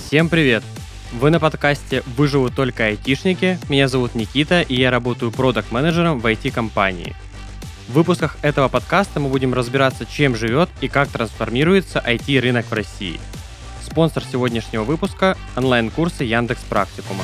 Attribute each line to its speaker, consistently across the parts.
Speaker 1: Всем привет! Вы на подкасте «Выживут только айтишники». Меня зовут Никита, и я работаю продакт-менеджером в IT-компании. В выпусках этого подкаста мы будем разбираться, чем живет и как трансформируется IT-рынок в России. Спонсор сегодняшнего выпуска – онлайн-курсы Яндекс.Практикума.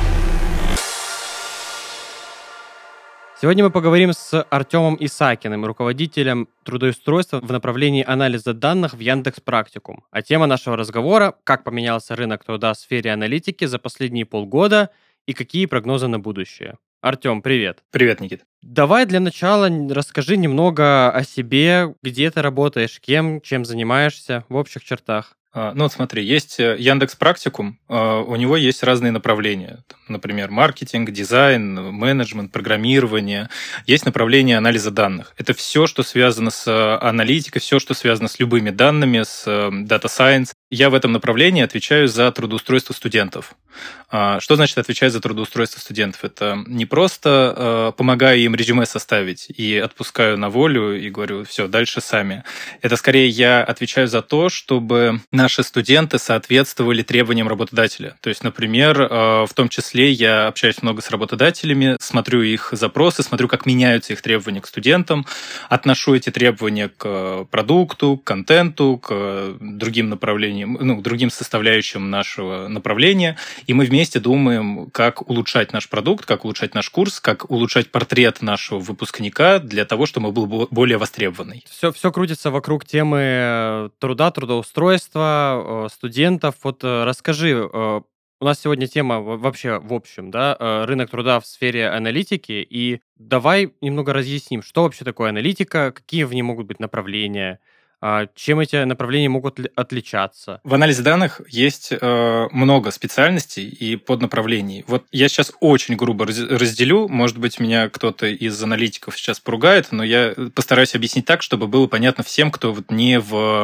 Speaker 1: Сегодня мы поговорим с Артемом Исакиным, руководителем трудоустройства в направлении анализа данных в Яндекс.Практикум. А тема нашего разговора – как поменялся рынок труда в сфере аналитики за последние полгода и какие прогнозы на будущее. Артем, привет.
Speaker 2: Привет, Никит.
Speaker 1: Давай для начала расскажи немного о себе, где ты работаешь, чем занимаешься в общих чертах.
Speaker 2: Смотри, есть Яндекс.Практикум, у него есть разные направления. Например, маркетинг, дизайн, менеджмент, программирование. Есть направление анализа данных. Это все, что связано с аналитикой, все, что связано с любыми данными, с Data Science. Я в этом направлении отвечаю за трудоустройство студентов. Что значит отвечать за трудоустройство студентов? Это не просто помогаю им резюме составить и отпускаю на волю и говорю, все, дальше сами. Это скорее я отвечаю за то, чтобы наши студенты соответствовали требованиям работодателя. То есть, например, в том числе я общаюсь много с работодателями, смотрю их запросы, смотрю, как меняются их требования к студентам, отношу эти требования к продукту, к контенту, к другим направлениям, к другим составляющим нашего направления, и мы вместе думаем, как улучшать наш продукт, как улучшать наш курс, как улучшать портрет нашего выпускника для того, чтобы он был более востребованный.
Speaker 1: Все крутится вокруг темы труда, трудоустройства, студентов. Вот расскажи, у нас сегодня тема вообще в общем, да, рынок труда в сфере аналитики, и давай немного разъясним, что вообще такое аналитика, какие в ней могут быть направления, чем эти направления могут отличаться?
Speaker 2: В анализе данных есть много специальностей и поднаправлений. Вот я сейчас очень грубо разделю. Может быть, меня кто-то из аналитиков сейчас поругает, но я постараюсь объяснить так, чтобы было понятно всем, кто вот не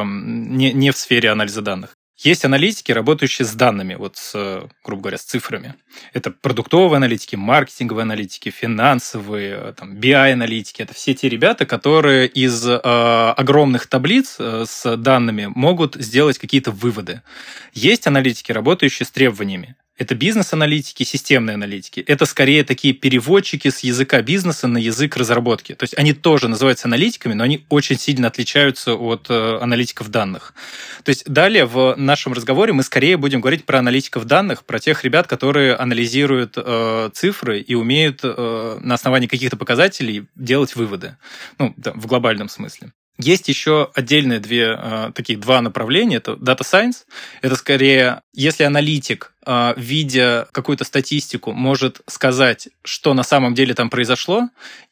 Speaker 2: в сфере анализа данных. Есть аналитики, работающие с данными, грубо говоря, с цифрами. Это продуктовые аналитики, маркетинговые аналитики, финансовые, BI-аналитики. Это все те ребята, которые из огромных таблиц с данными могут сделать какие-то выводы. Есть аналитики, работающие с требованиями. Это бизнес-аналитики, системные аналитики. Это скорее такие переводчики с языка бизнеса на язык разработки. То есть они тоже называются аналитиками, но они очень сильно отличаются от аналитиков данных. То есть далее в нашем разговоре мы скорее будем говорить про аналитиков данных, про тех ребят, которые анализируют цифры и умеют на основании каких-то показателей делать выводы. В глобальном смысле. Есть еще отдельные два направления. Это Data Science. Это скорее, если аналитик, видя какую-то статистику, может сказать, что на самом деле там произошло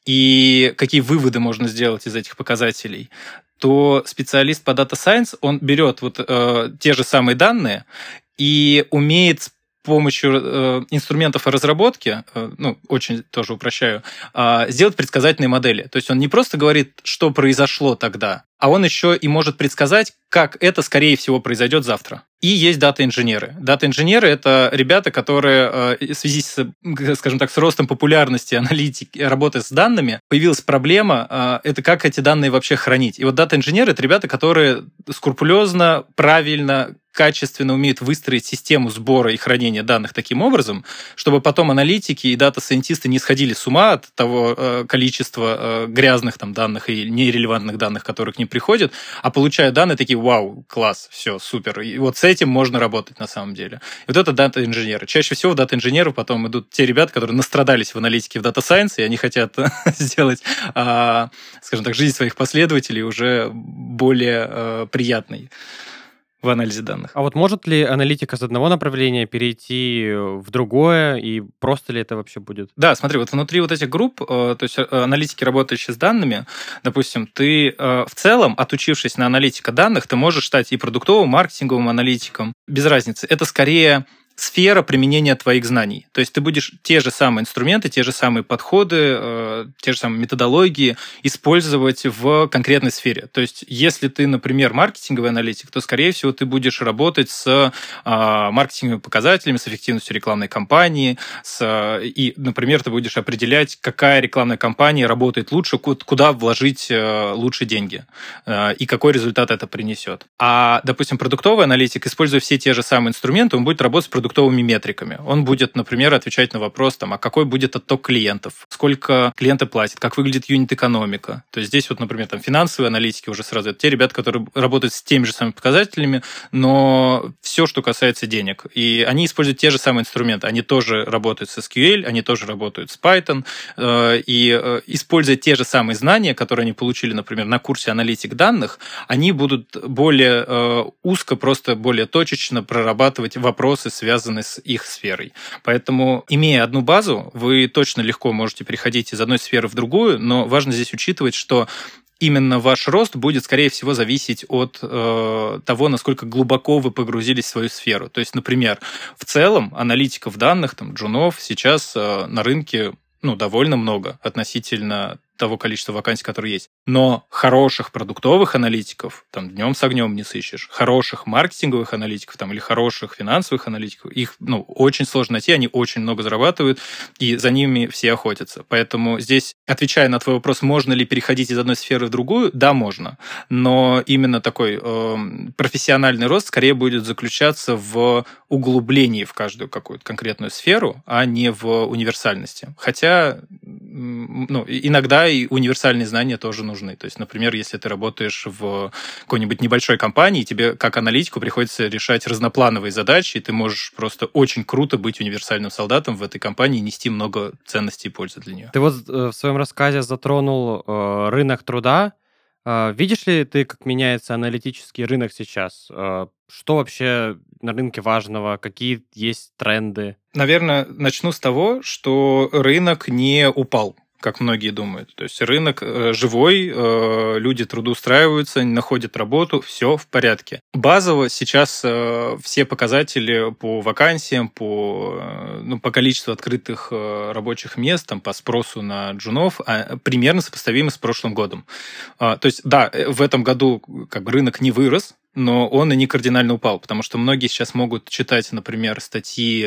Speaker 2: и какие выводы можно сделать из этих показателей, то специалист по Data Science, он берет те же самые данные и умеет с помощью инструментов разработки, очень тоже упрощаю, сделать предсказательные модели. То есть он не просто говорит, что произошло тогда, а он еще и может предсказать, как это, скорее всего, произойдет завтра. И есть дата-инженеры. Дата-инженеры – это ребята, которые в связи с, скажем так, с ростом популярности аналитики, работы с данными, появилась проблема, это как эти данные вообще хранить. И вот дата-инженеры – это ребята, которые скрупулезно, правильно, качественно умеют выстроить систему сбора и хранения данных таким образом, чтобы потом аналитики и дата-сайентисты не сходили с ума от того количества грязных данных и нерелевантных данных, которые к ним приходят, а получая данные, такие, вау, класс, все, супер. И вот с этим можно работать на самом деле. И вот это дата-инженеры. Чаще всего в дата-инженеров потом идут те ребята, которые настрадались в аналитике в дата-сайенсе, и они хотят сделать, скажем так, жизнь своих последователей уже более приятной в анализе данных.
Speaker 1: А вот может ли аналитика с одного направления перейти в другое, и просто ли это вообще будет?
Speaker 2: Да, смотри, вот внутри вот этих групп, то есть аналитики, работающие с данными, допустим, ты в целом, отучившись на аналитика данных, ты можешь стать и продуктовым, маркетинговым аналитиком, без разницы. Это скорее сфера применения твоих знаний. То есть ты будешь те же самые инструменты, те же самые подходы, те же самые методологии использовать в конкретной сфере. То есть если ты, например, маркетинговый аналитик, то, скорее всего, ты будешь работать с маркетинговыми показателями, с эффективностью рекламной кампании, и, например, ты будешь определять, какая рекламная кампания работает лучше, куда вложить лучше деньги и какой результат это принесет. А, допустим, продуктовый аналитик, используя все те же самые инструменты, он будет работать с продуктовыми метриками. Он будет, например, отвечать на вопрос, а какой будет отток клиентов, сколько клиенты платят, как выглядит юнит-экономика. То есть здесь вот, например, финансовые аналитики уже сразу, это те ребята, которые работают с теми же самыми показателями, но все, что касается денег. И они используют те же самые инструменты. Они тоже работают с SQL, они тоже работают с Python, и используя те же самые знания, которые они получили, например, на курсе аналитик данных, они будут более узко, просто более точечно прорабатывать вопросы, связанные с их сферой. Поэтому, имея одну базу, вы точно легко можете переходить из одной сферы в другую, но важно здесь учитывать, что именно ваш рост будет, скорее всего, зависеть от того, насколько глубоко вы погрузились в свою сферу. То есть, например, в целом аналитиков данных, джунов сейчас на рынке довольно много относительно того количества вакансий, которые есть. Но хороших продуктовых аналитиков днем с огнем не сыщешь. Хороших маркетинговых аналитиков или хороших финансовых аналитиков, их очень сложно найти, они очень много зарабатывают, и за ними все охотятся. Поэтому здесь, отвечая на твой вопрос, можно ли переходить из одной сферы в другую, да, можно. Но именно такой профессиональный рост скорее будет заключаться в углублении в каждую какую-то конкретную сферу, а не в универсальности. Хотя иногда и универсальные знания тоже нужны. То есть, например, если ты работаешь в какой-нибудь небольшой компании, тебе как аналитику приходится решать разноплановые задачи, и ты можешь просто очень круто быть универсальным солдатом в этой компании и нести много ценностей и пользы для нее.
Speaker 1: Ты вот в своем рассказе затронул рынок труда. Видишь ли ты, как меняется аналитический рынок сейчас? Что вообще на рынке важного? Какие есть тренды?
Speaker 2: Наверное, начну с того, что рынок не упал, как многие думают. То есть рынок живой, люди трудоустраиваются, находят работу, все в порядке. Базово сейчас все показатели по вакансиям, по количеству открытых рабочих мест, по спросу на джунов примерно сопоставимы с прошлым годом. То есть, да, в этом году рынок не вырос, но он и не кардинально упал, потому что многие сейчас могут читать, например, статьи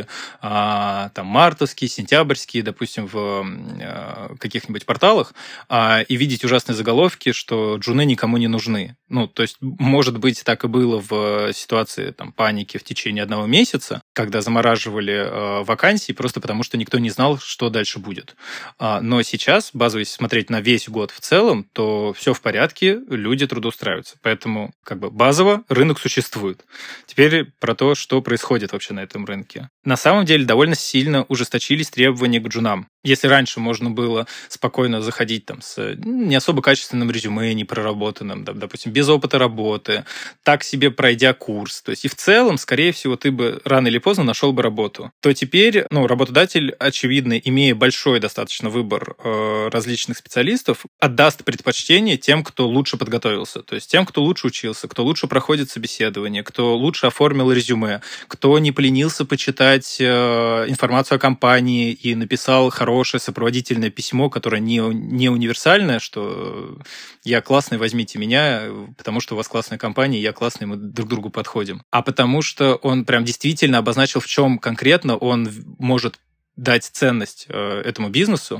Speaker 2: мартовские, сентябрьские, допустим, в каких-нибудь порталах, и видеть ужасные заголовки, что джуны никому не нужны. То есть, может быть, так и было в ситуации паники в течение 1 месяца, когда замораживали вакансии, просто потому что никто не знал, что дальше будет. Но сейчас, базово, если смотреть на весь год в целом, то все в порядке, люди трудоустраиваются. Поэтому, базово, рынок существует. Теперь про то, что происходит вообще на этом рынке. На самом деле довольно сильно ужесточились требования к джунам. Если раньше можно было спокойно заходить с не особо качественным резюме, непроработанным, допустим, без опыта работы, так себе пройдя курс, то есть и в целом, скорее всего, ты бы рано или поздно нашел бы работу, то теперь работодатель, очевидно, имея большой достаточно выбор различных специалистов, отдаст предпочтение тем, кто лучше подготовился, то есть тем, кто лучше учился, кто лучше проходит собеседование, кто лучше оформил резюме, кто не поленился почитать информацию о компании и написал хорошее сопроводительное письмо, которое не универсальное, что я классный, возьмите меня, потому что у вас классная компания, я классный, мы друг другу подходим. А потому что он прям действительно обозначил, в чем конкретно он может дать ценность этому бизнесу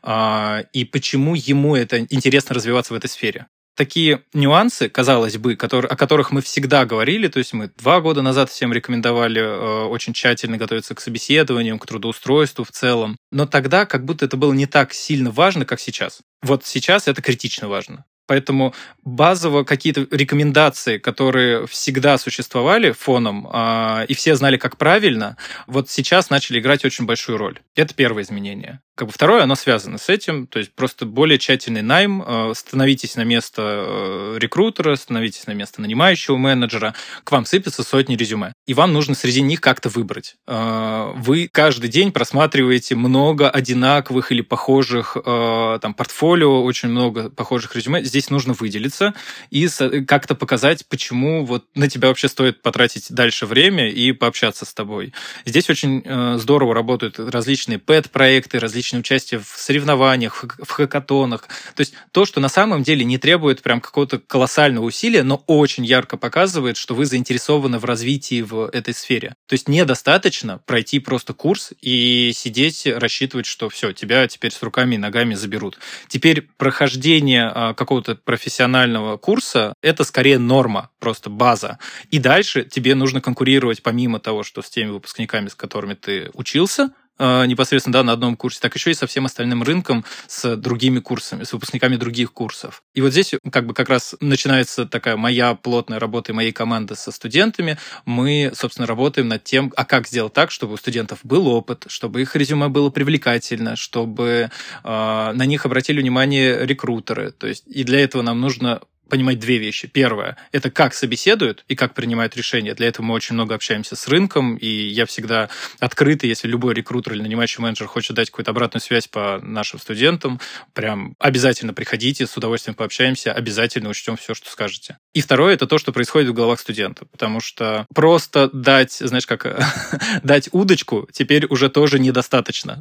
Speaker 2: и почему ему это интересно развиваться в этой сфере. Такие нюансы, казалось бы, о которых мы всегда говорили, то есть мы 2 года назад всем рекомендовали очень тщательно готовиться к собеседованиям, к трудоустройству в целом, но тогда как будто это было не так сильно важно, как сейчас. Вот сейчас это критично важно. Поэтому базово какие-то рекомендации, которые всегда существовали фоном, и все знали, как правильно, вот сейчас начали играть очень большую роль. Это первое изменение. Второе, оно связано с этим, то есть просто более тщательный найм, становитесь на место рекрутера, становитесь на место нанимающего менеджера, к вам сыпятся сотни резюме, и вам нужно среди них как-то выбрать. Вы каждый день просматриваете много одинаковых или похожих портфолио, очень много похожих резюме. здесь нужно выделиться и как-то показать, почему вот на тебя вообще стоит потратить дальше время и пообщаться с тобой. Здесь очень здорово работают различные пэт-проекты, различные участия в соревнованиях, в хакатонах. То есть то, что на самом деле не требует прям какого-то колоссального усилия, но очень ярко показывает, что вы заинтересованы в развитии в этой сфере. То есть недостаточно пройти просто курс и сидеть, рассчитывать, что все, тебя теперь с руками и ногами заберут. Теперь прохождение какого-то профессионального курса – это скорее норма, просто база. И дальше тебе нужно конкурировать помимо того, что с теми выпускниками, с которыми ты учился, непосредственно да, на одном курсе, так еще и со всем остальным рынком, с другими курсами, с выпускниками других курсов. И вот здесь как раз начинается такая моя плотная работа и моей команды со студентами. Мы, собственно, работаем над тем, как сделать так, чтобы у студентов был опыт, чтобы их резюме было привлекательно, чтобы на них обратили внимание рекрутеры. То есть и для этого нам нужно понимать две вещи. Первое – это как собеседуют и как принимают решения. Для этого мы очень много общаемся с рынком, и я всегда открытый, если любой рекрутер или нанимающий менеджер хочет дать какую-то обратную связь по нашим студентам, прям обязательно приходите, с удовольствием пообщаемся, обязательно учтем все, что скажете. И второе – это то, что происходит в головах студента, потому что просто дать, знаешь, как дать удочку теперь уже тоже недостаточно.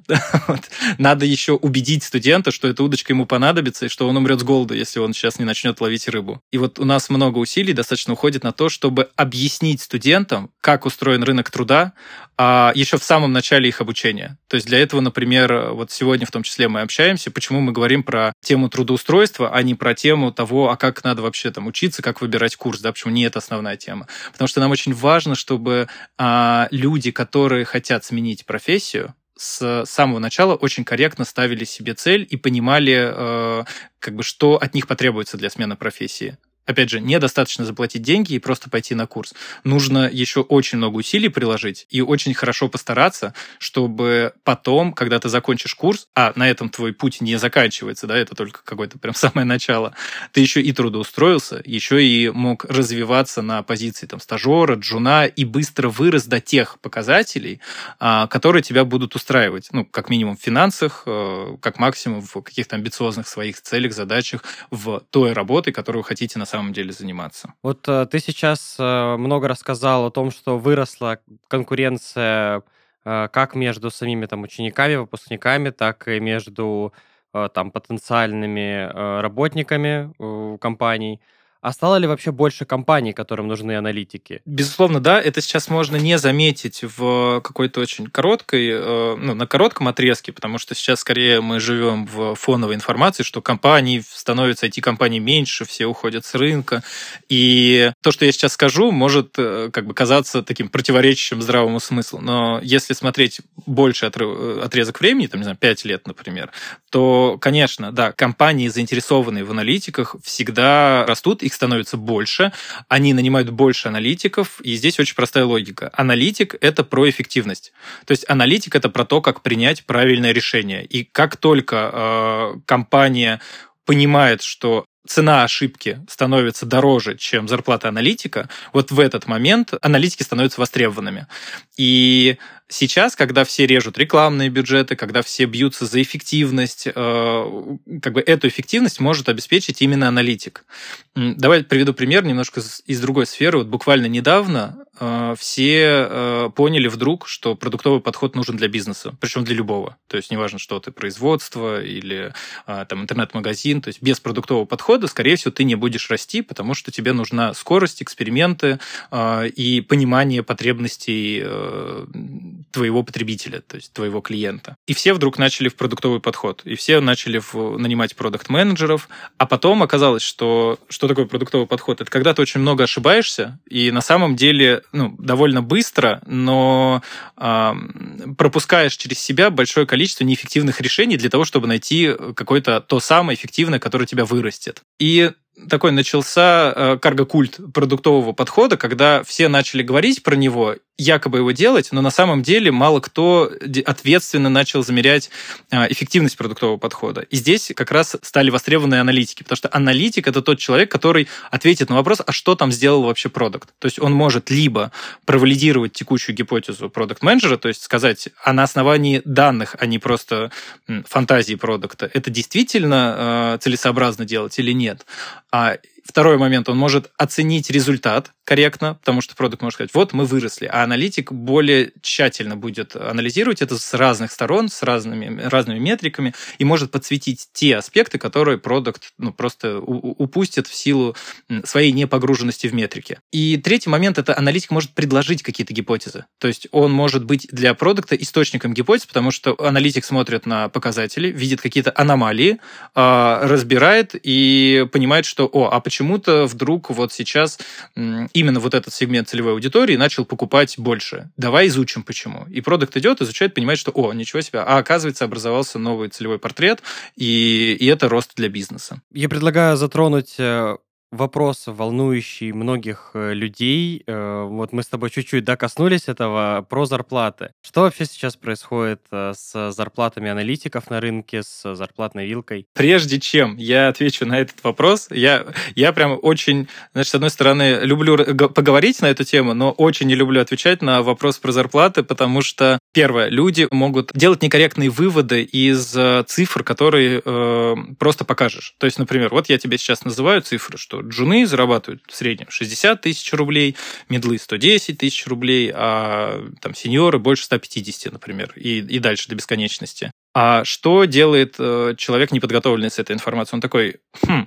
Speaker 2: Надо еще убедить студента, что эта удочка ему понадобится, и что он умрет с голоду, если он сейчас не начнет ловить рыбу. И вот у нас много усилий достаточно уходит на то, чтобы объяснить студентам, как устроен рынок труда, еще в самом начале их обучения. То есть для этого, например, вот сегодня в том числе мы общаемся, почему мы говорим про тему трудоустройства, а не про тему того, как надо вообще там учиться, как выбирать курс, да, почему не это основная тема. Потому что нам очень важно, чтобы люди, которые хотят сменить профессию, с самого начала очень корректно ставили себе цель и понимали, что от них потребуется для смены профессии. Опять же, недостаточно заплатить деньги и просто пойти на курс. Нужно еще очень много усилий приложить и очень хорошо постараться, чтобы потом, когда ты закончишь курс, на этом твой путь не заканчивается, да, это только какое-то прям самое начало, ты еще и трудоустроился, еще и мог развиваться на позиции там стажера, джуна и быстро вырос до тех показателей, которые тебя будут устраивать, как минимум в финансах, как максимум в каких-то амбициозных своих целях, задачах, в той работе, которую вы хотите на самом деле заниматься.
Speaker 1: Вот ты сейчас много рассказал о том, что выросла конкуренция как между самими там учениками, выпускниками, так и между там потенциальными работниками компаний. А стало ли вообще больше компаний, которым нужны аналитики?
Speaker 2: Безусловно, да. Это сейчас можно не заметить в какой-то очень короткой, на коротком отрезке, потому что сейчас скорее мы живем в фоновой информации, что компаний становится, IT-компаний меньше, все уходят с рынка. И то, что я сейчас скажу, может казаться таким противоречащим здравому смыслу. Но если смотреть больше отрезок времени, там, не знаю, 5 лет, например, то, конечно, да, компании, заинтересованные в аналитиках, всегда растут, их становится больше, они нанимают больше аналитиков, и здесь очень простая логика. Аналитик – это про эффективность. То есть аналитик – это про то, как принять правильное решение. И как только компания понимает, что цена ошибки становится дороже, чем зарплата аналитика, вот в этот момент аналитики становятся востребованными. И сейчас, когда все режут рекламные бюджеты, когда все бьются за эффективность, эту эффективность может обеспечить именно аналитик. Давай приведу пример немножко из другой сферы. Вот буквально недавно все поняли вдруг, что продуктовый подход нужен для бизнеса, причем для любого. То есть неважно, что ты производство или там интернет-магазин, то есть без продуктового подхода, скорее всего, ты не будешь расти, потому что тебе нужна скорость, эксперименты и понимание потребностей твоего потребителя, то есть твоего клиента. И все вдруг начали в продуктовый подход, и все начали нанимать продакт-менеджеров, а потом оказалось, что такое продуктовый подход? Это когда ты очень много ошибаешься, и на самом деле довольно быстро, но пропускаешь через себя большое количество неэффективных решений для того, чтобы найти какое-то то самое эффективное, которое тебя вырастет. И такой начался карго-культ продуктового подхода, когда все начали говорить про него, якобы его делать, но на самом деле мало кто ответственно начал замерять эффективность продуктового подхода. И здесь как раз стали востребованы аналитики, потому что аналитик — это тот человек, который ответит на вопрос, а что там сделал вообще продукт. То есть он может либо провалидировать текущую гипотезу продукт-менеджера, то есть сказать, а на основании данных, а не просто фантазии продукта, это действительно целесообразно делать или нет. А второй момент, он может оценить результат корректно, потому что продукт может сказать, вот мы выросли, а аналитик более тщательно будет анализировать это с разных сторон, с разными метриками и может подсветить те аспекты, которые продукт просто упустит в силу своей непогруженности в метрики. И третий момент — это аналитик может предложить какие-то гипотезы. То есть он может быть для продукта источником гипотез, потому что аналитик смотрит на показатели, видит какие-то аномалии, разбирает и понимает, что, а почему-то вдруг вот сейчас именно вот этот сегмент целевой аудитории начал покупать больше. Давай изучим, почему. И продукт идет, изучает, понимает, что, ничего себе, а оказывается, образовался новый целевой портрет, и это рост для бизнеса.
Speaker 1: Я предлагаю затронуть вопрос, волнующий многих людей. Вот мы с тобой чуть-чуть коснулись этого, про зарплаты. Что вообще сейчас происходит с зарплатами аналитиков на рынке, с зарплатной вилкой?
Speaker 2: Прежде чем я отвечу на этот вопрос, я прям очень, значит, с одной стороны, люблю поговорить на эту тему, но очень не люблю отвечать на вопрос про зарплаты, потому что, первое, люди могут делать некорректные выводы из цифр, которые просто покажешь. То есть, например, вот я тебе сейчас называю цифры, что джуны зарабатывают в среднем 60 тысяч рублей, медлы 110 тысяч рублей, а там сеньоры больше 150, например, и дальше до бесконечности. А что делает человек, неподготовленный с этой информацией? Он такой,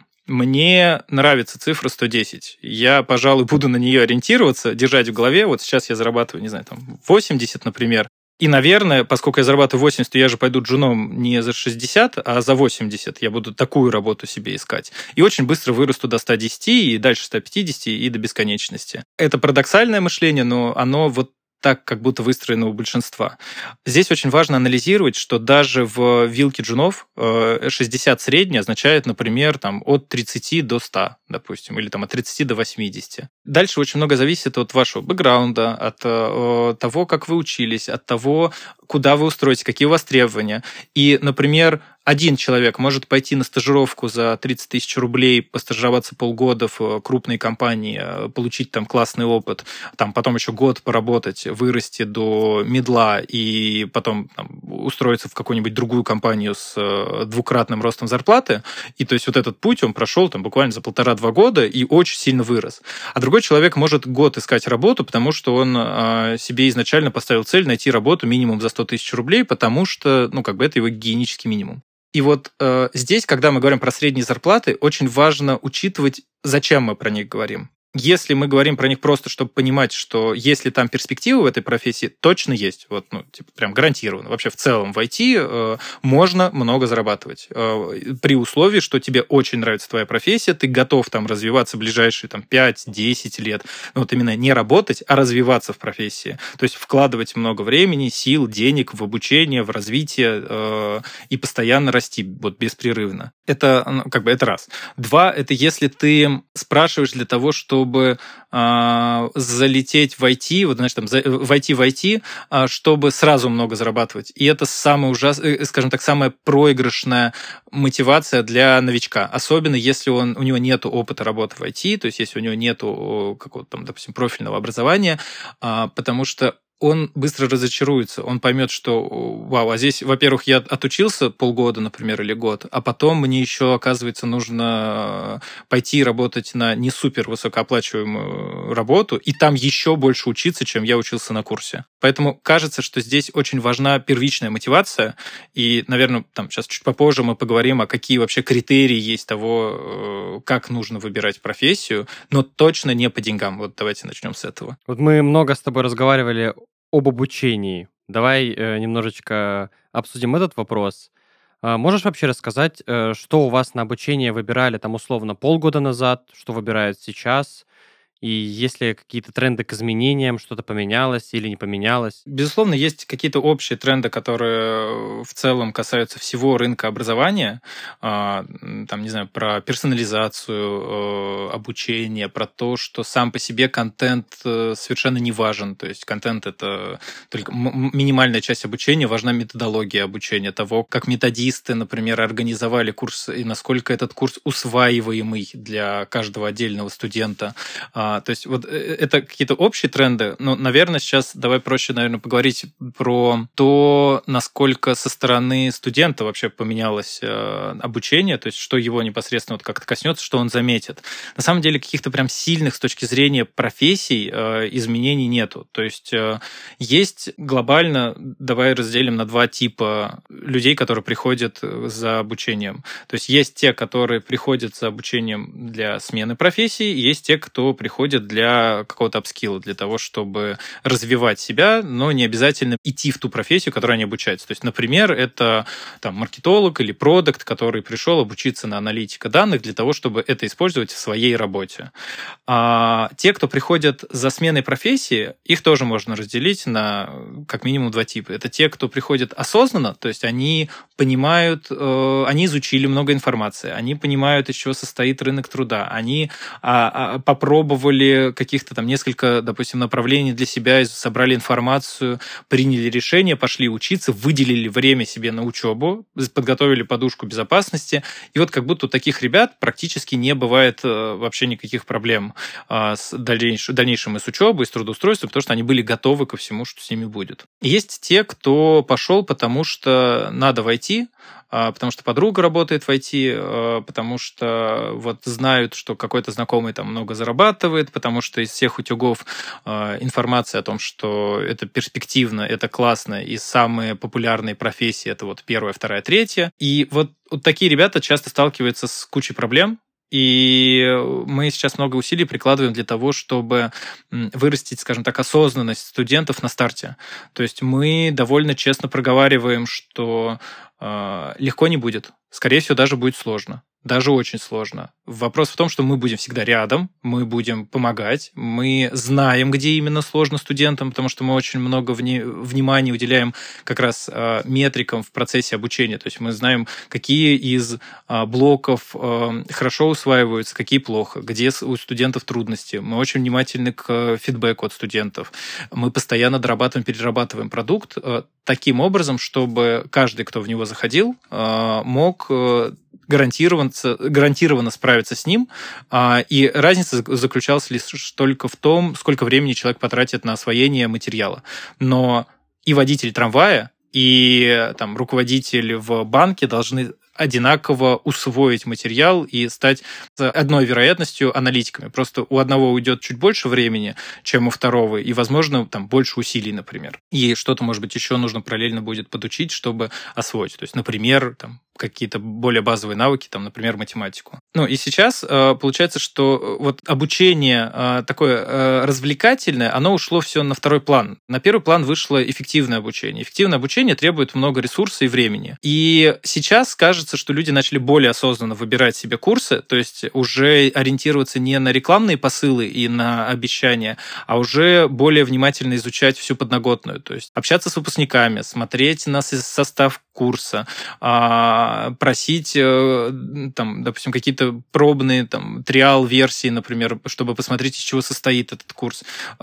Speaker 2: мне нравится цифра 110. Я, пожалуй, буду на нее ориентироваться, держать в голове. Вот сейчас я зарабатываю, не знаю, там 80, например. И, наверное, поскольку я зарабатываю 80, то я же пойду джуном не за 60, а за 80. Я буду такую работу себе искать. И очень быстро вырасту до 110, и дальше 150, и до бесконечности. Это парадоксальное мышление, но оно вот так, как будто выстроено у большинства. Здесь очень важно анализировать, что даже в вилке джунов 60 средний означает, например, там, от 30 до 100, допустим, или там, от 30 до 80. Дальше очень много зависит от вашего бэкграунда, от того, как вы учились, от того, куда вы устроитесь, какие у вас требования. И, например, один человек может пойти на стажировку за 30 тысяч рублей, постажироваться полгода в крупной компании, получить там классный опыт, там потом еще год поработать, вырасти до мидла и потом там, устроиться в какую-нибудь другую компанию с двукратным ростом зарплаты. И то есть вот этот путь он прошел там буквально за 1,5-2 года и очень сильно вырос. А другой человек может год искать работу, потому что он себе изначально поставил цель найти работу минимум за 100 тысяч рублей, потому что, это его гигиенический минимум. И вот здесь, когда мы говорим про средние зарплаты, очень важно учитывать, зачем мы про них говорим. Если мы говорим про них просто, чтобы понимать, что если там перспективы в этой профессии, точно есть. Вот, прям гарантированно. Вообще в целом в IT можно много зарабатывать. При условии, что тебе очень нравится твоя профессия, ты готов там развиваться ближайшие там, 5-10 лет. Вот именно не работать, а развиваться в профессии. То есть вкладывать много времени, сил, денег в обучение, в развитие и постоянно расти вот беспрерывно. Это, это раз. Два, это если ты спрашиваешь для того, чтобы залететь в IT, вот, знаешь, там, войти в IT, чтобы сразу много зарабатывать. И это самая ужасная, скажем так, самая проигрышная мотивация для новичка. Особенно, если у него нет опыта работы в IT, то есть если у него нет какого-то там, допустим, профильного образования, потому что он быстро разочаруется, он поймет, что, вау, а здесь, во-первых, я отучился полгода, например, или год, а потом мне еще, оказывается, нужно пойти работать на не супер высокооплачиваемую работу, и там еще больше учиться, чем я учился на курсе. Поэтому кажется, что здесь очень важна первичная мотивация, и, наверное, там сейчас чуть попозже мы поговорим, а какие вообще критерии есть того, как нужно выбирать профессию, но точно не по деньгам. Вот давайте начнем с этого.
Speaker 1: Вот мы много с тобой разговаривали об обучении. Давай немножечко обсудим этот вопрос. Можешь вообще рассказать, что у вас на обучение выбирали там условно полгода назад, что выбирают сейчас, И есть ли какие-то тренды к изменениям, что-то поменялось или не поменялось?
Speaker 2: Безусловно, есть какие-то общие тренды, которые в целом касаются всего рынка образования. Там, не знаю, про персонализацию обучения, про то, что сам по себе контент совершенно не важен. То есть контент — это только минимальная часть обучения, важна методология обучения, того, как методисты, например, организовали курс и насколько этот курс усваиваемый для каждого отдельного студента. То есть вот это какие-то общие тренды, но, наверное, сейчас давай проще, наверное, поговорить про то, насколько со стороны студента вообще поменялось обучение, то есть что его непосредственно вот как-то коснется, что он заметит. На самом деле каких-то прям сильных с точки зрения профессий изменений нету. То есть есть глобально, давай разделим на два типа людей, которые приходят за обучением. То есть есть те, которые приходят за обучением для смены профессии, и есть те, кто приходит для какого-то апскилла, для того, чтобы развивать себя, но не обязательно идти в ту профессию, которой они обучаются. То есть, например, это там маркетолог или продакт, который пришел обучиться на аналитика данных для того, чтобы это использовать в своей работе. А те, кто приходят за сменой профессии, их тоже можно разделить на как минимум два типа. Это те, кто приходит осознанно, то есть они понимают, они изучили много информации, они понимают, из чего состоит рынок труда, они попробовали каких-то там несколько, допустим, направлений для себя, собрали информацию, приняли решение, пошли учиться, выделили время себе на учебу, подготовили подушку безопасности. И вот как будто у таких ребят практически не бывает вообще никаких проблем с дальнейшим и с учебой, и с трудоустройством, потому что они были готовы ко всему, что с ними будет. И есть те, кто пошел, потому что надо войти, потому что подруга работает в IT, потому что вот знают, что какой-то знакомый там много зарабатывает, потому что из всех утюгов информация о том, что это перспективно, это классно, и самые популярные профессии — это вот первая, вторая, третья. И вот такие ребята часто сталкиваются с кучей проблем, и мы сейчас много усилий прикладываем для того, чтобы вырастить, скажем так, осознанность студентов на старте. То есть мы довольно честно проговариваем, что легко не будет. Скорее всего, даже будет сложно. Даже очень сложно. Вопрос в том, что мы будем всегда рядом, мы будем помогать, мы знаем, где именно сложно студентам, потому что мы очень много внимания уделяем как раз метрикам в процессе обучения. То есть мы знаем, какие из блоков хорошо усваиваются, какие плохо, где у студентов трудности. Мы очень внимательны к фидбэку от студентов. Мы постоянно дорабатываем, перерабатываем продукт таким образом, чтобы каждый, кто в него заходил, мог гарантированно справиться с ним. И разница заключалась лишь только в том, сколько времени человек потратит на освоение материала. Но и водитель трамвая, и там, руководитель в банке должны одинаково усвоить материал и стать с одной вероятностью аналитиками. Просто у одного уйдет чуть больше времени, чем у второго, и, возможно, там больше усилий, например. И что-то, может быть, еще нужно параллельно будет подучить, чтобы освоить. То есть, например, там, какие-то более базовые навыки, там, например, математику. Ну и сейчас получается, что вот обучение такое развлекательное, оно ушло все на второй план. На первый план вышло эффективное обучение. Эффективное обучение требует много ресурсов и времени. И сейчас кажется, что люди начали более осознанно выбирать себе курсы, то есть уже ориентироваться не на рекламные посылы и на обещания, а уже более внимательно изучать всю подноготную. То есть общаться с выпускниками, смотреть на состав курса, просить, там, допустим, какие-то пробные там, триал-версии, например, чтобы посмотреть, из чего состоит этот курс.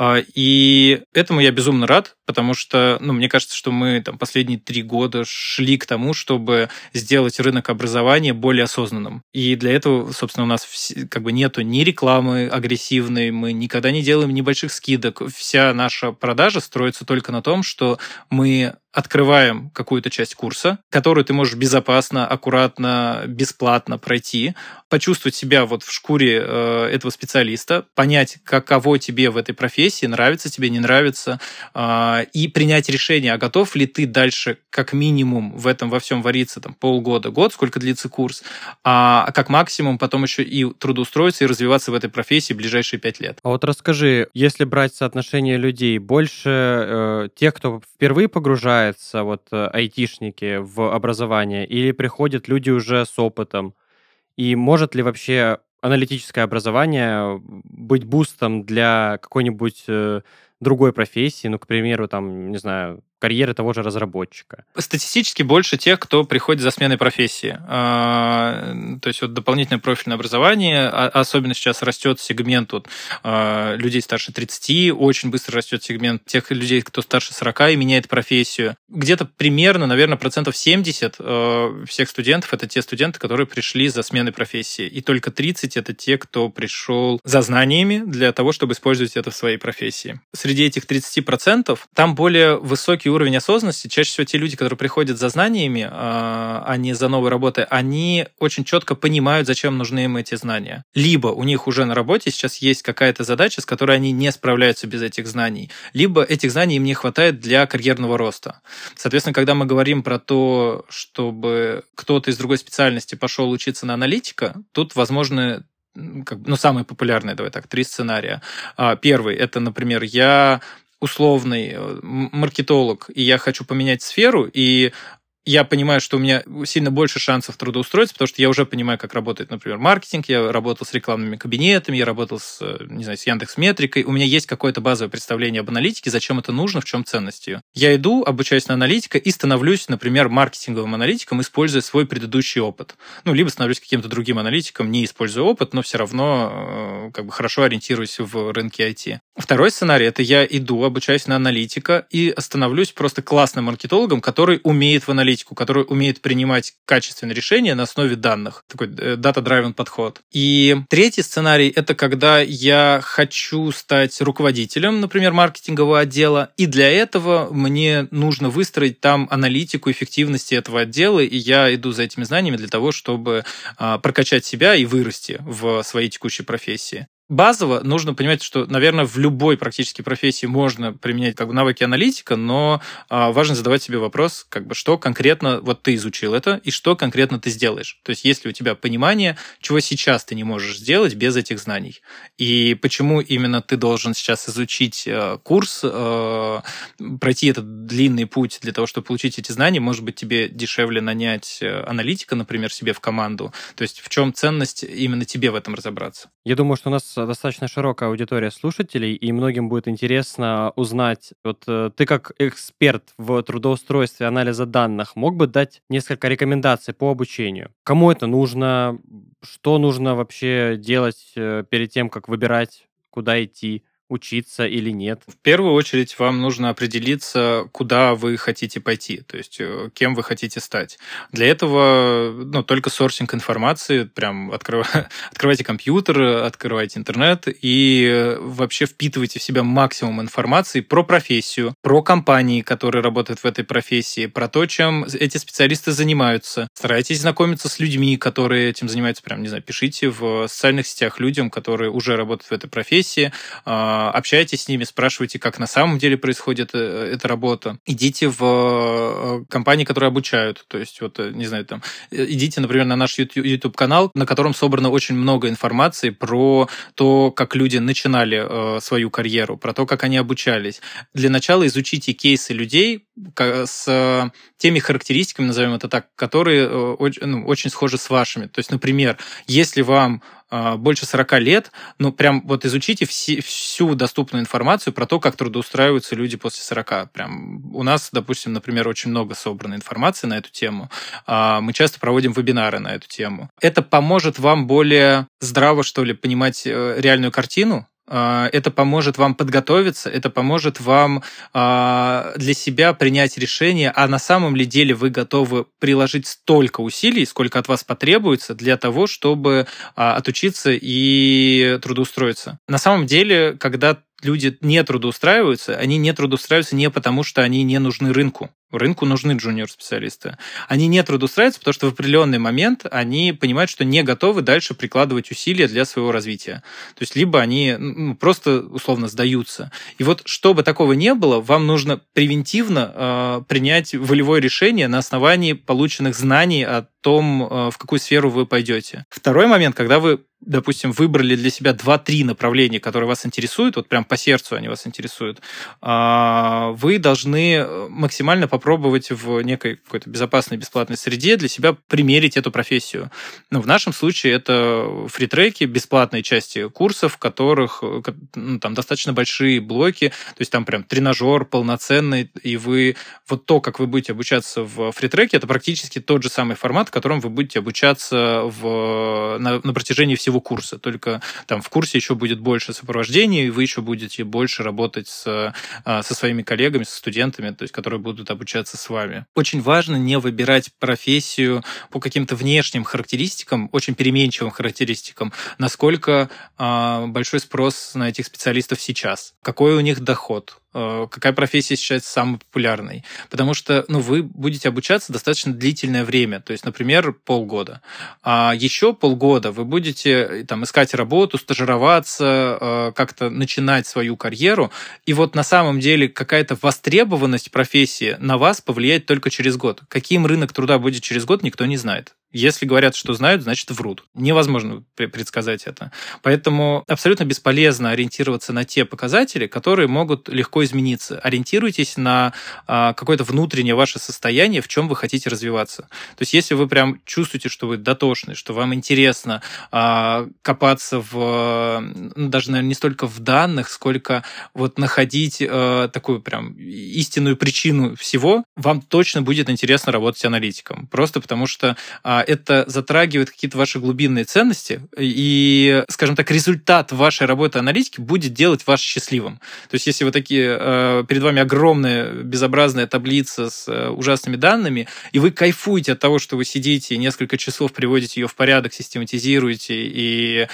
Speaker 2: И этому я безумно рад, потому что, ну, мне кажется, что мы там, последние 3 года шли к тому, чтобы сделать рынок образования более осознанным. И для этого, собственно, у нас как бы нету ни рекламы агрессивной, мы никогда не делаем небольших скидок. Вся наша продажа строится только на том, что мы открываем какую-то часть курса, которую ты можешь безопасно, аккуратно, бесплатно пройти, почувствовать себя вот в шкуре этого специалиста, понять, каково тебе в этой профессии, нравится тебе, не нравится, и принять решение, а готов ли ты дальше как минимум в этом во всем вариться там, полгода, год, сколько длится курс, а как максимум потом еще и трудоустроиться и развиваться в этой профессии в ближайшие 5 лет.
Speaker 1: А вот расскажи, если брать соотношение людей, больше тех, кто впервые погружается, вот айтишники, в образование, или приходят люди уже с опытом? И может ли вообще аналитическое образование быть бустом для какой-нибудь другой профессии, ну, к примеру, там, не знаю, карьеры того же разработчика?
Speaker 2: Статистически больше тех, кто приходит за сменой профессии. То есть вот дополнительное профильное образование, особенно сейчас растет сегмент людей старше 30, очень быстро растет сегмент тех людей, кто старше 40 и меняет профессию. Где-то примерно, наверное, 70% всех студентов — это те студенты, которые пришли за сменой профессии. И только 30% — это те, кто пришел за знаниями для того, чтобы использовать это в своей профессии. Среди этих 30% там более высокий уровень осознанности. Чаще всего те люди, которые приходят за знаниями, а не за новой работой, они очень четко понимают, зачем нужны им эти знания. Либо у них уже на работе сейчас есть какая-то задача, с которой они не справляются без этих знаний, либо этих знаний им не хватает для карьерного роста. Соответственно, когда мы говорим про то, чтобы кто-то из другой специальности пошел учиться на аналитика, тут возможно самые популярные, давай так, 3 сценария. Первый — это, например, я условный маркетолог, и я хочу поменять сферу, и я понимаю, что у меня сильно больше шансов трудоустроиться, потому что я уже понимаю, как работает, например, маркетинг, я работал с рекламными кабинетами, я работал с Яндекс.Метрикой, у меня есть какое-то базовое представление об аналитике, зачем это нужно, в чем ценность ее. Я иду, обучаюсь на аналитика и становлюсь, например, маркетинговым аналитиком, используя свой предыдущий опыт. Либо становлюсь каким-то другим аналитиком, не используя опыт, но все равно хорошо ориентируюсь в рынке IT. Второй сценарий — это я иду, обучаюсь на аналитика и становлюсь просто классным маркетологом, который умеет в аналитику, который умеет принимать качественные решения на основе данных. Такой data-driven подход. И третий сценарий — это когда я хочу стать руководителем, например, маркетингового отдела, и для этого мне нужно выстроить там аналитику эффективности этого отдела, и я иду за этими знаниями для того, чтобы прокачать себя и вырасти в своей текущей профессии. Базово нужно понимать, что, наверное, в любой практически профессии можно применять навыки аналитика, но важно задавать себе вопрос, что конкретно ты изучил это и что конкретно ты сделаешь. То есть есть ли у тебя понимание, чего сейчас ты не можешь сделать без этих знаний. И почему именно ты должен сейчас изучить курс, пройти этот длинный путь для того, чтобы получить эти знания. Может быть, тебе дешевле нанять аналитика, например, себе в команду. То есть в чем ценность именно тебе в этом разобраться?
Speaker 1: Я думаю, что у нас достаточно широкая аудитория слушателей, и многим будет интересно узнать, ты как эксперт в трудоустройстве анализа данных мог бы дать несколько рекомендаций по обучению? Кому это нужно? Что нужно вообще делать перед тем, как выбирать, куда идти? Учиться или нет?
Speaker 2: В первую очередь вам нужно определиться, куда вы хотите пойти, то есть кем вы хотите стать. Для этого только сорсинг информации, прям открывайте компьютер, открывайте интернет и вообще впитывайте в себя максимум информации про профессию, про компании, которые работают в этой профессии, про то, чем эти специалисты занимаются. Старайтесь знакомиться с людьми, которые этим занимаются, пишите в социальных сетях людям, которые уже работают в этой профессии, общайтесь с ними, спрашивайте, как на самом деле происходит эта работа. Идите в компании, которые обучают. То есть, идите, например, на наш YouTube-канал, на котором собрано очень много информации про то, как люди начинали свою карьеру, про то, как они обучались. Для начала изучите кейсы людей с теми характеристиками, назовем это так, которые очень схожи с вашими. То есть, например, если вам больше 40 лет, изучите всю доступную информацию про то, как трудоустраиваются люди после 40. У нас, допустим, например, очень много собрано информации на эту тему. Мы часто проводим вебинары на эту тему. Это поможет вам более здраво, понимать реальную картину. Это поможет вам подготовиться, это поможет вам для себя принять решение, а на самом ли деле вы готовы приложить столько усилий, сколько от вас потребуется для того, чтобы отучиться и трудоустроиться. На самом деле, когда люди не трудоустраиваются, они не трудоустраиваются не потому, что они не нужны рынку. Рынку нужны джуниор-специалисты. Они не трудоустраиваются, потому что в определенный момент они понимают, что не готовы дальше прикладывать усилия для своего развития. То есть либо они просто условно сдаются. И чтобы такого не было, вам нужно превентивно принять волевое решение на основании полученных знаний от том, в какую сферу вы пойдете. Второй момент, когда вы, допустим, выбрали для себя 2-3 направления, которые вас интересуют, вот прям по сердцу они вас интересуют, вы должны максимально попробовать в некой какой-то безопасной, бесплатной среде для себя примерить эту профессию. Ну, в нашем случае это фритреки, бесплатные части курсов, в которых там достаточно большие блоки, то есть там прям тренажер полноценный, и вы вот то, как вы будете обучаться в фритреке, это практически тот же самый формат, в котором вы будете обучаться на протяжении всего курса. Только там в курсе еще будет больше сопровождения, и вы еще будете больше работать со своими коллегами, со студентами, то есть, которые будут обучаться с вами. Очень важно не выбирать профессию по каким-то внешним характеристикам, очень переменчивым характеристикам, насколько большой спрос на этих специалистов сейчас, какой у них доход, какая профессия сейчас самая популярной. Потому что вы будете обучаться достаточно длительное время, то есть, например, полгода. А еще полгода вы будете там искать работу, стажироваться, как-то начинать свою карьеру. И вот на самом деле какая-то востребованность профессии на вас повлияет только через год. Каким рынок труда будет через год, никто не знает. Если говорят, что знают, значит врут. Невозможно предсказать это. Поэтому абсолютно бесполезно ориентироваться на те показатели, которые могут легко измениться. Ориентируйтесь на какое-то внутреннее ваше состояние, в чем вы хотите развиваться. То есть если вы прям чувствуете, что вы дотошны, что вам интересно копаться даже, наверное, не столько в данных, сколько вот находить такую прям истинную причину всего, вам точно будет интересно работать аналитиком. Просто потому что это затрагивает какие-то ваши глубинные ценности, и, скажем так, результат вашей работы аналитики будет делать вас счастливым. То есть, если вы такие, перед вами огромная безобразная таблица с ужасными данными, и вы кайфуете от того, что вы сидите и несколько часов приводите ее в порядок, систематизируете и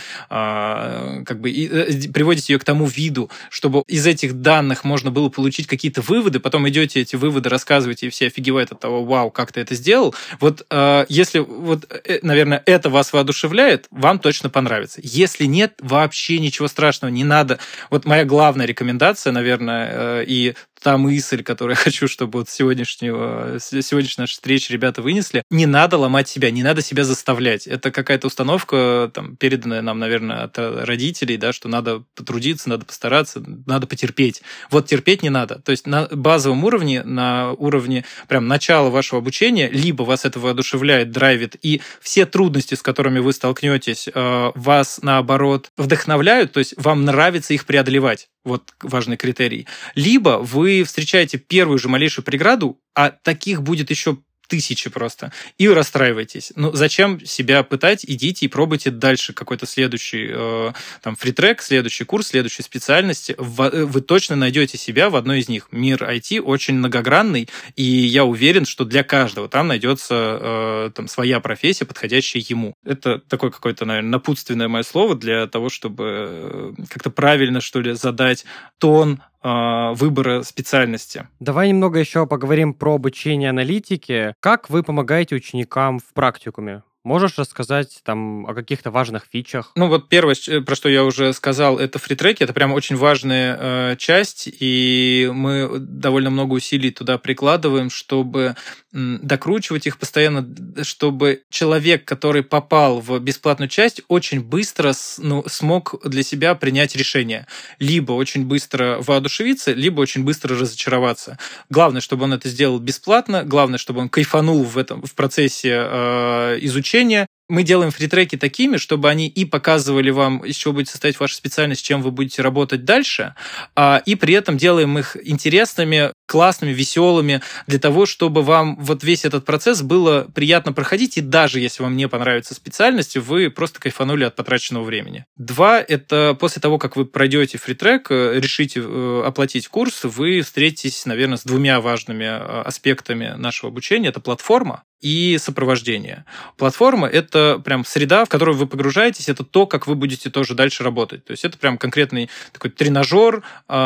Speaker 2: приводите ее к тому виду, чтобы из этих данных можно было получить какие-то выводы, потом идете эти выводы, рассказываете, и все офигевают от того, вау, как ты это сделал. Вот если наверное, это вас воодушевляет, вам точно понравится. Если нет, вообще ничего страшного, не надо. Вот моя главная рекомендация, наверное, и та мысль, которую я хочу, чтобы вот сегодняшней нашей встречи ребята вынесли, не надо ломать себя, не надо себя заставлять. Это какая-то установка, там, переданная нам, наверное, от родителей, да, что надо потрудиться, надо постараться, надо потерпеть. Вот терпеть не надо. То есть на базовом уровне, на уровне прям начала вашего обучения, либо вас это воодушевляет, драйвит, и все трудности, с которыми вы столкнетесь, вас, наоборот, вдохновляют, то есть вам нравится их преодолевать. Вот важный критерий. Либо вы встречаете первую же малейшую преграду, а таких будет еще тысячи просто, и расстраиваетесь. Ну, зачем себя пытать? Идите и пробуйте дальше какой-то следующий фритрек, следующий курс, следующую специальность. Вы точно найдете себя в одной из них. Мир IT очень многогранный, и я уверен, что для каждого там найдется своя профессия, подходящая ему. Это такое какое-то, наверное, напутственное мое слово для того, чтобы как-то правильно, что ли, задать тон выбора специальности.
Speaker 1: Давай немного еще поговорим про обучение аналитики. Как вы помогаете ученикам в практикуме? Можешь рассказать там о каких-то важных фичах?
Speaker 2: Ну вот первое, про что я уже сказал, это фритреки. Это прям очень важная часть, и мы довольно много усилий туда прикладываем, чтобы докручивать их постоянно, чтобы человек, который попал в бесплатную часть, очень быстро смог для себя принять решение. Либо очень быстро воодушевиться, либо очень быстро разочароваться. Главное, чтобы он это сделал бесплатно, главное, чтобы он кайфанул в процессе изучения. Мы делаем фритреки такими, чтобы они и показывали вам, из чего будет состоять ваша специальность, чем вы будете работать дальше, и при этом делаем их интересными, классными, веселыми, для того, чтобы вам вот весь этот процесс было приятно проходить, и даже если вам не понравится специальность, вы просто кайфанули от потраченного времени. 2, это после того, как вы пройдете фритрек, решите оплатить курс, вы встретитесь, наверное, с 2 важными аспектами нашего обучения. Это платформа и сопровождение. Платформа — это прям среда, в которую вы погружаетесь, это то, как вы будете тоже дальше работать. То есть это прям конкретный такой тренажер,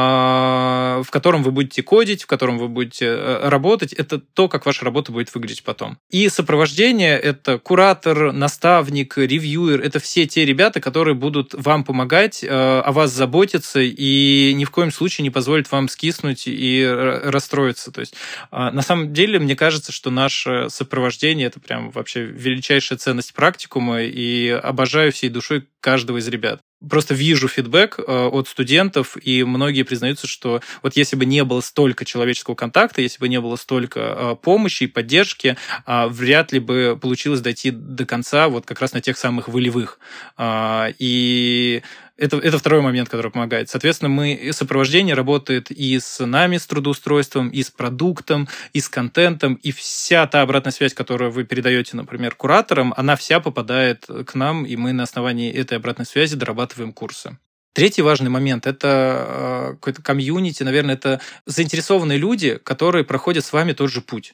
Speaker 2: в котором вы будете кодить, в котором вы будете работать. Это то, как ваша работа будет выглядеть потом. И сопровождение — это куратор, наставник, ревьюер. Это все те ребята, которые будут вам помогать, о вас заботиться и ни в коем случае не позволят вам скиснуть и расстроиться. То есть на самом деле, мне кажется, что наше сопровождение сопровождение – это прям вообще величайшая ценность практикума, и обожаю всей душой каждого из ребят. Просто вижу фидбэк от студентов, и многие признаются, что вот если бы не было столько человеческого контакта, если бы не было столько помощи и поддержки, вряд ли бы получилось дойти до конца вот как раз на тех самых волевых. И это второй момент, который помогает. Соответственно, сопровождение работает и с нами, с трудоустройством, и с продуктом, и с контентом, и вся та обратная связь, которую вы передаете, например, кураторам, она вся попадает к нам, и мы на основании этой обратной связи дорабатываем курсы. Третий важный момент – это какой-то комьюнити, наверное, это заинтересованные люди, которые проходят с вами тот же путь.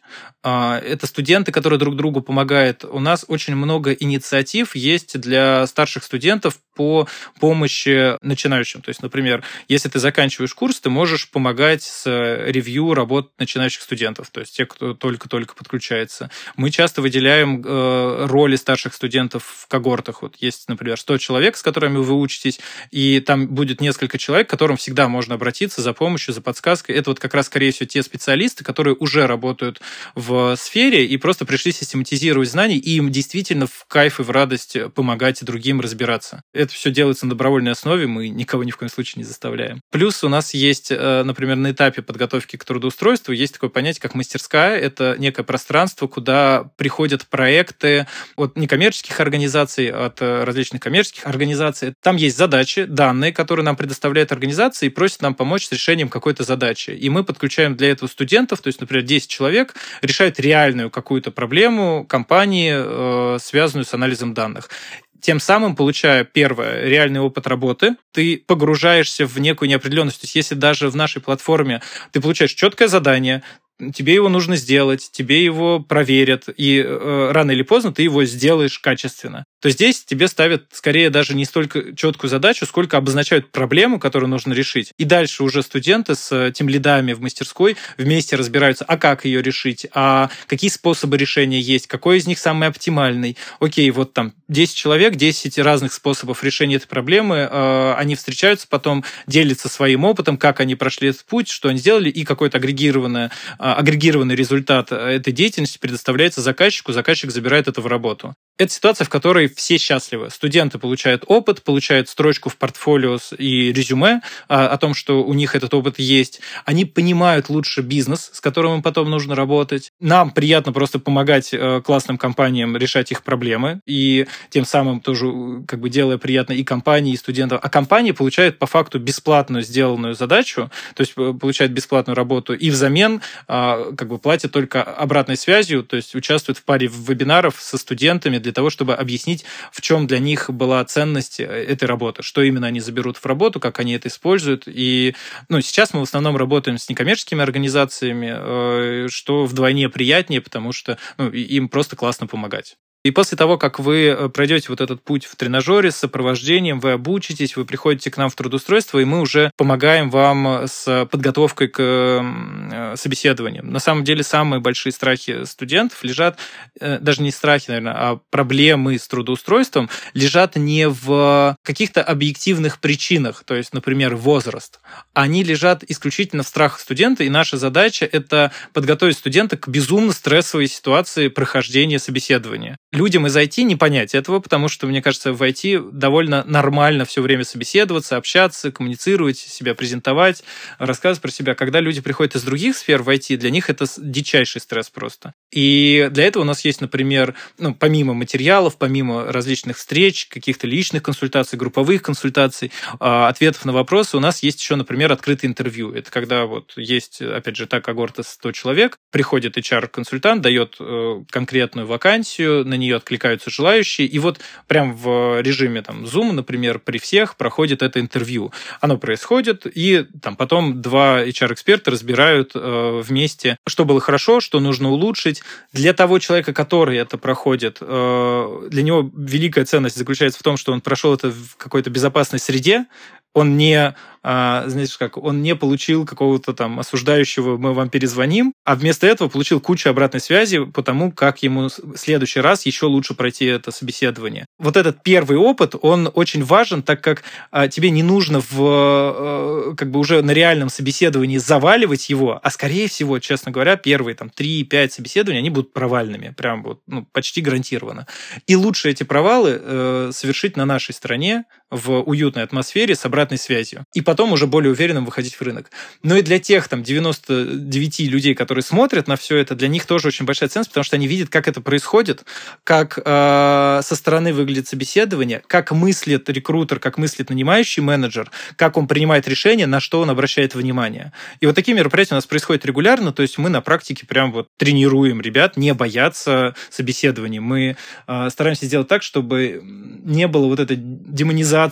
Speaker 2: Это студенты, которые друг другу помогают. У нас очень много инициатив есть для старших студентов по помощи начинающим. То есть, например, если ты заканчиваешь курс, ты можешь помогать с ревью работ начинающих студентов, то есть тех, кто только-только подключается. Мы часто выделяем роли старших студентов в когортах. Вот есть, например, 100 человек, с которыми вы учитесь, и там будет несколько человек, к которым всегда можно обратиться за помощью, за подсказкой. Это вот как раз, скорее всего, те специалисты, которые уже работают в сфере и просто пришли систематизировать знания, и им действительно в кайф и в радость помогать другим разбираться. Это все делается на добровольной основе, мы никого ни в коем случае не заставляем. Плюс у нас есть, например, на этапе подготовки к трудоустройству есть такое понятие, как мастерская. Это некое пространство, куда приходят проекты от некоммерческих организаций, от различных коммерческих организаций. Там есть задачи, данные, которые нам предоставляет организация и просит нам помочь с решением какой-то задачи. И мы подключаем для этого студентов, то есть, например, 10 человек решают реальную какую-то проблему компании, связанную с анализом данных. Тем самым, получая, первое, реальный опыт работы, ты погружаешься в некую неопределенность. То есть, если даже в нашей платформе ты получаешь четкое задание, тебе его нужно сделать, тебе его проверят, и рано или поздно ты его сделаешь качественно, то здесь тебе ставят скорее даже не столько четкую задачу, сколько обозначают проблему, которую нужно решить. И дальше уже студенты с тимлидами в мастерской вместе разбираются, а как ее решить, а какие способы решения есть, какой из них самый оптимальный. Окей, вот там 10 человек, 10 разных способов решения этой проблемы, они встречаются, потом делятся своим опытом, как они прошли этот путь, что они сделали, и какой-то агрегированный результат этой деятельности предоставляется заказчику, заказчик забирает это в работу. Это ситуация, в которой все счастливы. Студенты получают опыт, получают строчку в портфолио и резюме о том, что у них этот опыт есть. Они понимают лучше бизнес, с которым им потом нужно работать. Нам приятно просто помогать классным компаниям решать их проблемы, и тем самым тоже как бы делая приятно и компании, и студентам. А компании получают по факту бесплатную сделанную задачу, то есть получают бесплатную работу, и взамен как бы платят только обратной связью, то есть участвуют в паре вебинаров со студентами для того, чтобы объяснить, в чем для них была ценность этой работы, что именно они заберут в работу, как они это используют. И сейчас мы в основном работаем с некоммерческими организациями, что вдвойне приятнее, потому что им просто классно помогать. И после того, как вы пройдете вот этот путь в тренажере с сопровождением, вы обучитесь, вы приходите к нам в трудоустройство, и мы уже помогаем вам с подготовкой к собеседованиям. На самом деле, самые большие страхи студентов лежат, даже не страхи, наверное, а проблемы с трудоустройством лежат не в каких-то объективных причинах, то есть, например, возраст. Они лежат исключительно в страхах студента, и наша задача – это подготовить студента к безумно стрессовой ситуации прохождения собеседования. Людям из IT не понять этого, потому что, мне кажется, в IT довольно нормально все время собеседоваться, общаться, коммуницировать, себя презентовать, рассказывать про себя. Когда люди приходят из других сфер в IT, для них это дичайший стресс просто. И для этого у нас есть, например, помимо материалов, помимо различных встреч, каких-то личных консультаций, групповых консультаций, ответов на вопросы, у нас есть еще, например, открытое интервью. Это когда вот есть, опять же, та когорта 100 человек, приходит HR-консультант, дает конкретную вакансию, на нее откликаются желающие, и вот прям в режиме там Zoom, например, при всех проходит это интервью. Оно происходит, и там потом два HR-эксперта разбирают вместе, что было хорошо, что нужно улучшить. Для того человека, который это проходит, для него великая ценность заключается в том, что он прошел это в какой-то безопасной среде, он не знаешь, как он не получил какого-то там осуждающего «мы вам перезвоним», а вместо этого получил кучу обратной связи по тому, как ему в следующий раз еще лучше пройти это собеседование. Вот этот первый опыт, он очень важен, так как тебе не нужно как бы уже на реальном собеседовании заваливать его, а скорее всего, честно говоря, первые там 3-5 собеседований, они будут провальными, прям вот, почти гарантированно. И лучше эти провалы совершить на нашей стороне, в уютной атмосфере с обратной связью. И потом уже более уверенным выходить в рынок. Но и для тех там 99 людей, которые смотрят на все это, для них тоже очень большая ценность, потому что они видят, как это происходит, как со стороны выглядит собеседование, как мыслит рекрутер, как мыслит нанимающий менеджер, как он принимает решение, на что он обращает внимание. И вот такие мероприятия у нас происходят регулярно, то есть мы на практике прям вот тренируем ребят не бояться собеседований. Мы стараемся сделать так, чтобы не было вот этой демонизации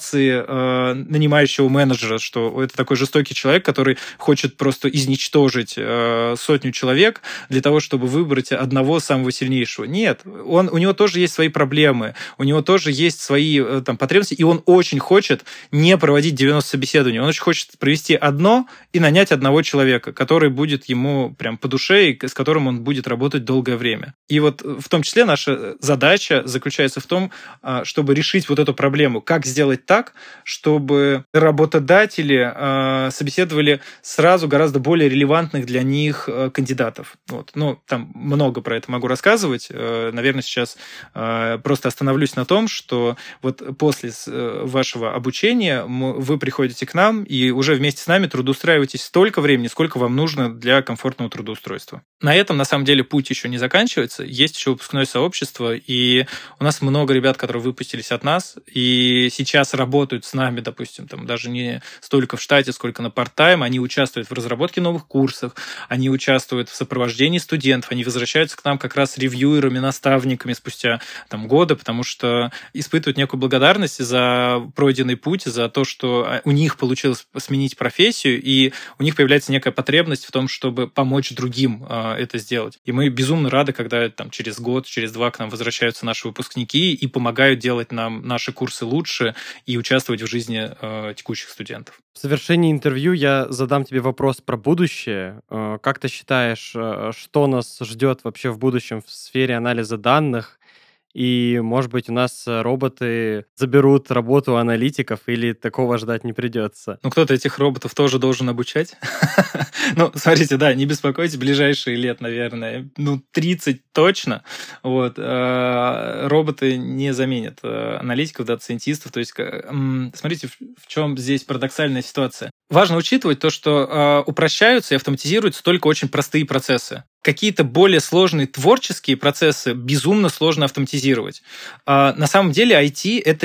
Speaker 2: нанимающего менеджера, что это такой жестокий человек, который хочет просто изничтожить сотню человек для того, чтобы выбрать одного самого сильнейшего. Нет, у него тоже есть свои проблемы, у него тоже есть свои там потребности, и он очень хочет не проводить 90 собеседований, он очень хочет провести одно и нанять одного человека, который будет ему прям по душе и с которым он будет работать долгое время. И вот в том числе наша задача заключается в том, чтобы решить вот эту проблему, как сделать так, чтобы работодатели собеседовали сразу гораздо более релевантных для них кандидатов. Вот. Там много про это могу рассказывать. Наверное, сейчас просто остановлюсь на том, что вот после вашего обучения вы приходите к нам и уже вместе с нами трудоустраиваетесь столько времени, сколько вам нужно для комфортного трудоустройства. На этом, на самом деле, путь еще не заканчивается. Есть еще выпускное сообщество, и у нас много ребят, которые выпустились от нас, и сейчас работают с нами, допустим, там даже не столько в штате, сколько на парт-тайм. Они участвуют в разработке новых курсов, они участвуют в сопровождении студентов, они возвращаются к нам как раз ревьюерами, наставниками спустя там годы, потому что испытывают некую благодарность за пройденный путь, за то, что у них получилось сменить профессию, и у них появляется некая потребность в том, чтобы помочь другим это сделать. И мы безумно рады, когда там через год, через два к нам возвращаются наши выпускники и помогают делать нам наши курсы лучше и участвовать в жизни текущих студентов.
Speaker 1: В завершении интервью я задам тебе вопрос про будущее. Как ты считаешь, что нас ждет вообще в будущем в сфере анализа данных? И, может быть, у нас роботы заберут работу аналитиков, или такого ждать не придется?
Speaker 2: Кто-то этих роботов тоже должен обучать. Смотрите, да, не беспокойтесь, ближайшие лет, наверное, 30 точно. Вот. Роботы не заменят аналитиков, дата-сайентистов. То есть, смотрите, в чем здесь парадоксальная ситуация. Важно учитывать то, что упрощаются и автоматизируются только очень простые процессы. Какие-то более сложные творческие процессы безумно сложно автоматизировать. На самом деле IT – это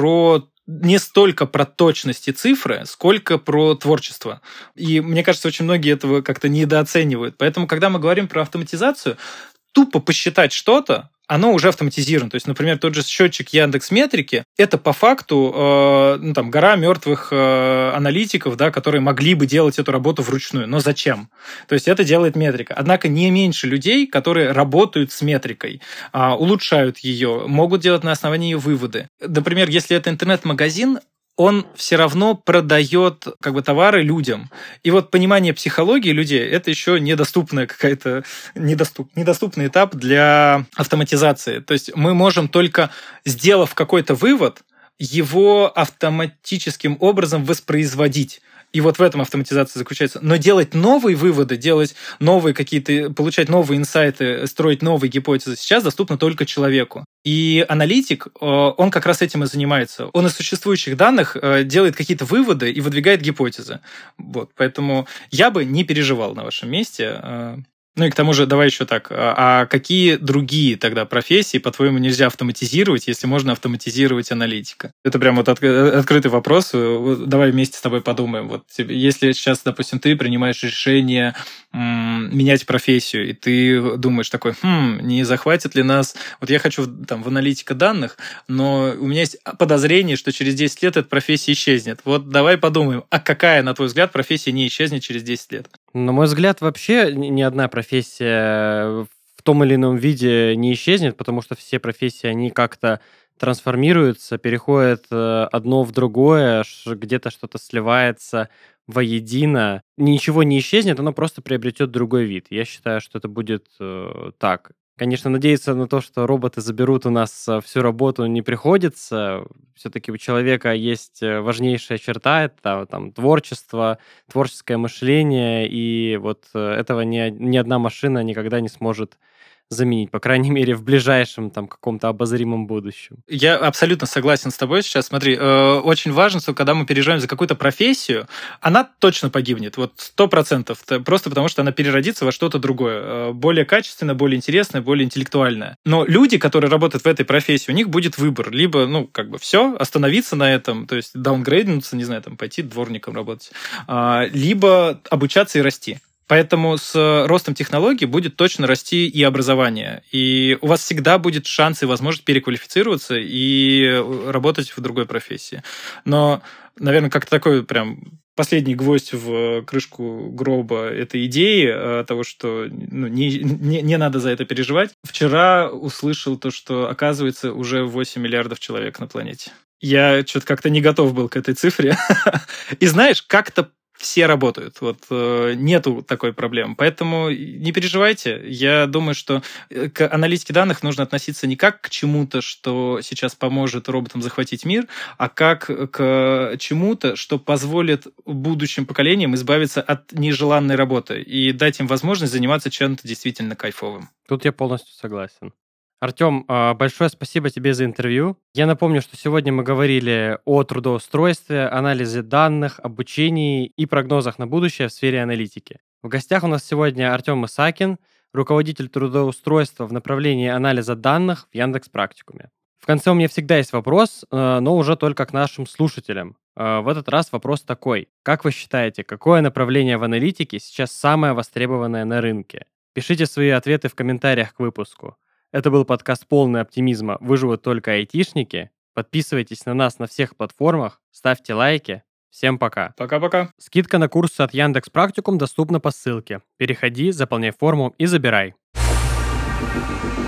Speaker 2: не столько про точность и цифры, сколько про творчество. И мне кажется, очень многие этого как-то недооценивают. Поэтому, когда мы говорим про автоматизацию, тупо посчитать что-то, оно уже автоматизировано. То есть, например, тот же счетчик Яндекс.Метрики – это по факту гора мертвых аналитиков, да, которые могли бы делать эту работу вручную. Но зачем? То есть, это делает метрика. Однако не меньше людей, которые работают с метрикой, улучшают ее, могут делать на основании ее выводы. Например, если это интернет-магазин, он все равно продает товары людям. И вот понимание психологии людей – это еще недоступный этап для автоматизации. То есть мы можем только, сделав какой-то вывод, его автоматическим образом воспроизводить. И вот в этом автоматизация заключается. Но делать новые выводы, делать новые получать новые инсайты, строить новые гипотезы сейчас доступно только человеку. И аналитик, он как раз этим и занимается. Он из существующих данных делает какие-то выводы и выдвигает гипотезы. Вот. Поэтому я бы не переживал на вашем месте. И к тому же, давай еще так, а какие другие тогда профессии, по-твоему, нельзя автоматизировать, если можно автоматизировать аналитика? Это прям вот открытый вопрос. Давай вместе с тобой подумаем. Вот если сейчас, допустим, ты принимаешь решение менять профессию, и ты думаешь такой, не захватит ли нас... Вот я хочу в аналитика данных, но у меня есть подозрение, что через 10 лет эта профессия исчезнет. Вот давай подумаем, а какая, на твой взгляд, профессия не исчезнет через 10 лет?
Speaker 1: На мой взгляд, вообще ни одна профессия в том или ином виде не исчезнет, потому что все профессии, они как-то трансформируются, переходят одно в другое, где-то что-то сливается воедино. Ничего не исчезнет, оно просто приобретет другой вид. Я считаю, что это будет так. Конечно, надеяться на то, что роботы заберут у нас всю работу, не приходится. Все-таки у человека есть важнейшая черта, это там творчество, творческое мышление, и вот этого ни одна машина никогда не сможет заменить, по крайней мере, в ближайшем там каком-то обозримом будущем.
Speaker 2: Я абсолютно согласен с тобой сейчас. Смотри, очень важно, что когда мы переезжаем за какую-то профессию, она точно погибнет, вот 100%, просто потому что она переродится во что-то другое, более качественное, более интересное, более интеллектуальное. Но люди, которые работают в этой профессии, у них будет выбор. Либо, все, остановиться на этом, то есть даунгрейднуться, не знаю, там, пойти дворником работать, либо обучаться и расти. Поэтому с ростом технологий будет точно расти и образование. И у вас всегда будет шанс и возможность переквалифицироваться и работать в другой профессии. Но, наверное, как такой прям последний гвоздь в крышку гроба этой идеи того, что не надо за это переживать. Вчера услышал то, что, оказывается, уже 8 миллиардов человек на планете. Я что-то как-то не готов был к этой цифре. И знаешь, как-то все работают, нету такой проблемы. Поэтому не переживайте. Я думаю, что к аналитике данных нужно относиться не как к чему-то, что сейчас поможет роботам захватить мир, а как к чему-то, что позволит будущим поколениям избавиться от нежеланной работы и дать им возможность заниматься чем-то действительно кайфовым.
Speaker 1: Тут я полностью согласен. Артем, большое спасибо тебе за интервью. Я напомню, что сегодня мы говорили о трудоустройстве, анализе данных, обучении и прогнозах на будущее в сфере аналитики. В гостях у нас сегодня Артем Исакин, руководитель трудоустройства в направлении анализа данных в Яндекс.Практикуме. В конце у меня всегда есть вопрос, но уже только к нашим слушателям. В этот раз вопрос такой. Как вы считаете, какое направление в аналитике сейчас самое востребованное на рынке? Пишите свои ответы в комментариях к выпуску. Это был подкаст «Полный оптимизма. Выживут только айтишники». Подписывайтесь на нас на всех платформах, ставьте лайки. Всем пока.
Speaker 2: Пока-пока.
Speaker 1: Скидка на курсы от Яндекс.Практикум доступна по ссылке. Переходи, заполняй форму и забирай.